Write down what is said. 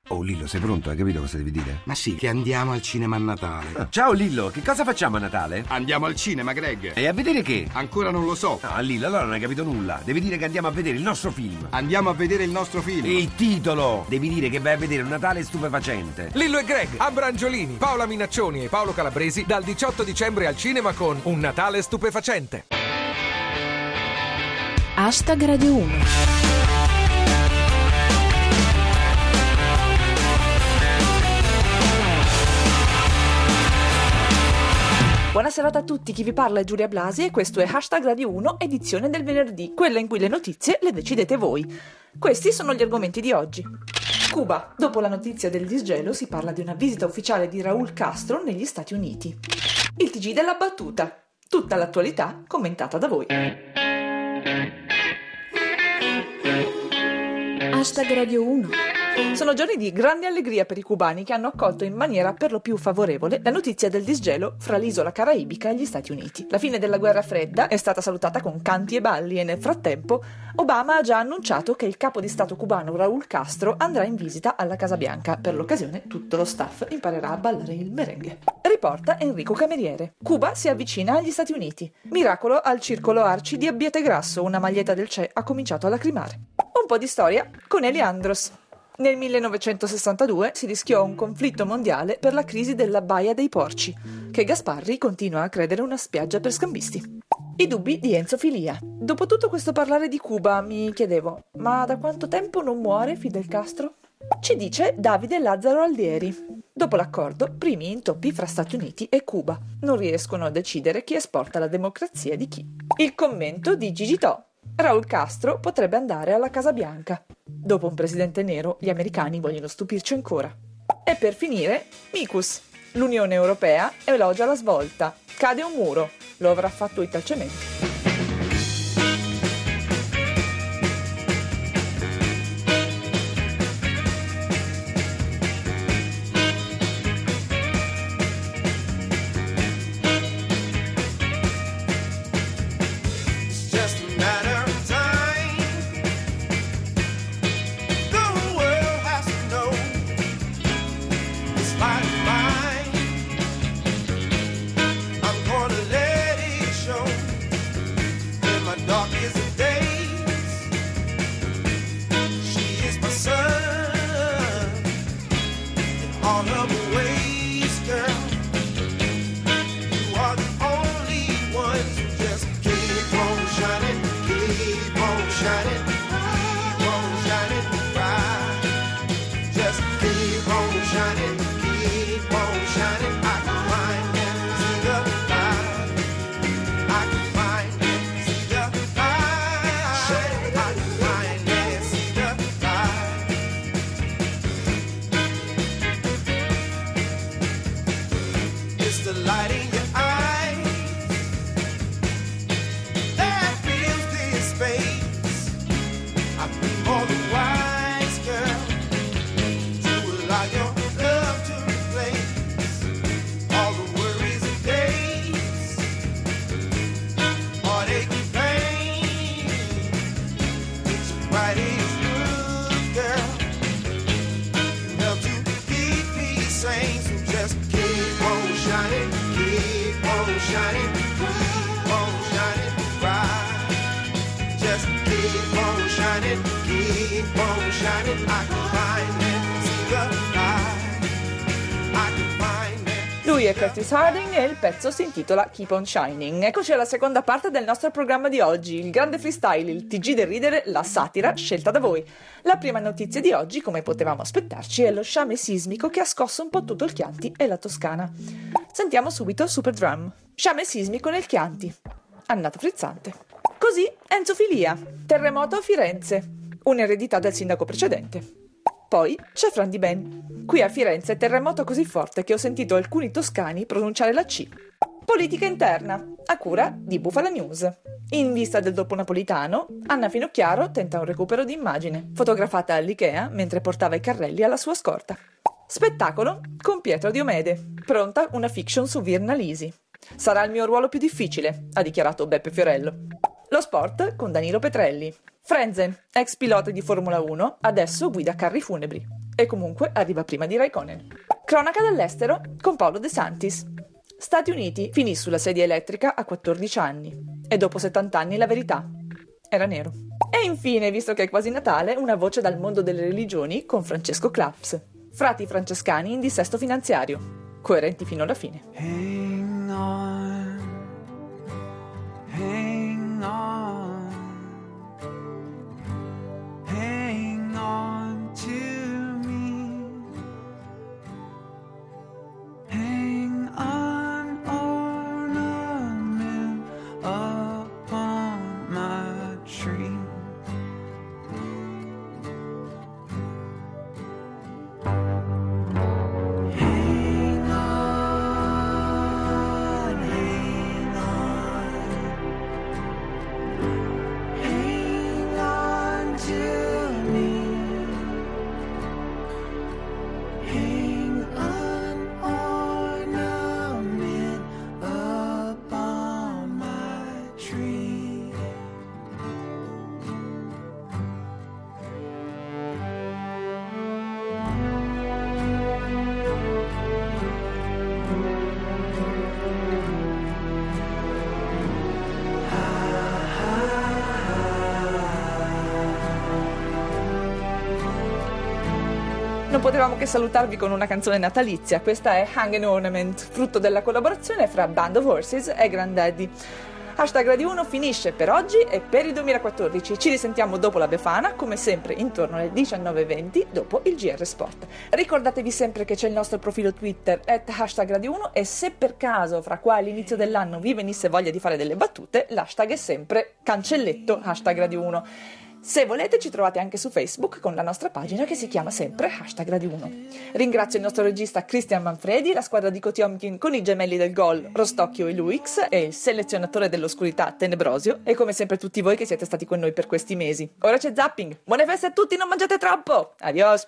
Oh Lillo, sei pronto? Hai capito cosa devi dire? Ma sì, che andiamo al cinema a Natale. Ciao Lillo, che cosa facciamo a Natale? Andiamo al cinema, Greg. E a vedere che? Ancora non lo so. No, Lillo, allora non hai capito nulla. Devi dire che andiamo a vedere il nostro film. Andiamo a vedere il nostro film. Il titolo! Devi dire che vai a vedere un Natale stupefacente. Lillo e Greg, Ambra Angiolini, Paola Minaccioni e Paolo Calabresi dal 18 dicembre al cinema con Un Natale stupefacente. #Radio 1. Buona serata a tutti, chi vi parla è Giulia Blasi e questo è #Radio 1, edizione del venerdì, quella in cui le notizie le decidete voi. Questi sono gli argomenti di oggi. Cuba. Dopo la notizia del disgelo si parla di una visita ufficiale di Raúl Castro negli Stati Uniti. Il TG della battuta. Tutta l'attualità commentata da voi. #Radio 1. Sono giorni di grande allegria per i cubani che hanno accolto in maniera per lo più favorevole la notizia del disgelo fra l'isola caraibica e gli Stati Uniti. La fine della guerra fredda è stata salutata con canti e balli e nel frattempo Obama ha già annunciato che il capo di Stato cubano Raúl Castro andrà in visita alla Casa Bianca. Per l'occasione tutto lo staff imparerà a ballare il merengue. Riporta Enrico Cameriere. Cuba si avvicina agli Stati Uniti. Miracolo al circolo Arci di Abbiate Grasso, una maglietta del Che ha cominciato a lacrimare. Un po' di storia con Eliandros. Nel 1962 si rischiò un conflitto mondiale per la crisi della Baia dei Porci, che Gasparri continua a credere una spiaggia per scambisti. I dubbi di Enzo Filia. Dopo tutto questo parlare di Cuba, mi chiedevo, ma da quanto tempo non muore Fidel Castro? Ci dice Davide Lazzaro Aldieri. Dopo l'accordo, primi intoppi fra Stati Uniti e Cuba. Non riescono a decidere chi esporta la democrazia di chi. Il commento di Gigi To. Raúl Castro potrebbe andare alla Casa Bianca. Dopo un presidente nero, gli americani vogliono stupirci ancora. E per finire, Micus. L'Unione Europea elogia la svolta. Cade un muro. Lo avrà fatto Italcemento. Lui è Curtis Harding e il pezzo si intitola Keep on Shining. Eccoci alla seconda parte del nostro programma di oggi, il grande freestyle, il TG del ridere, la satira scelta da voi. La prima notizia di oggi, come potevamo aspettarci, è lo sciame sismico che ha scosso un po' tutto il Chianti e la Toscana. Sentiamo subito Super Drum. Sciame sismico nel Chianti. Annata frizzante. Così Enzo Filia. Terremoto a Firenze. Un'eredità del sindaco precedente. Poi c'è Fran Di Ben. Qui a Firenze terremoto così forte che ho sentito alcuni toscani pronunciare la C. Politica interna, a cura di Bufala News. In vista del dopo napolitano, Anna Finocchiaro tenta un recupero di immagine, fotografata all'Ikea mentre portava i carrelli alla sua scorta. Spettacolo con Pietro Diomede. Pronta una fiction su Virna Lisi. Sarà il mio ruolo più difficile, ha dichiarato Beppe Fiorello. Lo sport con Danilo Petrelli. Frenzen, ex pilota di Formula 1, adesso guida carri funebri. E comunque arriva prima di Raikkonen. Cronaca dall'estero con Paolo De Santis. Stati Uniti finì sulla sedia elettrica a 14 anni. E dopo 70 anni la verità era nero. E infine, visto che è quasi Natale, una voce dal mondo delle religioni con Francesco Claps. Frati francescani in dissesto finanziario. Coerenti fino alla fine. Hang on, hang on, hang on to me, hang on ornament upon my tree. Non potevamo che salutarvi con una canzone natalizia. Questa è Hang an Ornament, frutto della collaborazione fra Band of Horses e Granddaddy. Hashtag Radio 1 finisce per oggi e per il 2014. Ci risentiamo dopo la Befana, come sempre intorno alle 19:20 dopo il GR Sport. Ricordatevi sempre che c'è il nostro profilo Twitter @hashtag Radio 1 e se per caso fra qua all'inizio dell'anno vi venisse voglia di fare delle battute, l'hashtag è sempre cancelletto hashtag Radio 1. Se volete ci trovate anche su Facebook con la nostra pagina che si chiama sempre hashtag Radio 1. Ringrazio il nostro regista Christian Manfredi, la squadra di Kotiomkin con i gemelli del gol Rostocchio e Luix e il selezionatore dell'oscurità Tenebrosio e come sempre tutti voi che siete stati con noi per questi mesi. Ora c'è zapping, buone feste a tutti, non mangiate troppo, adios!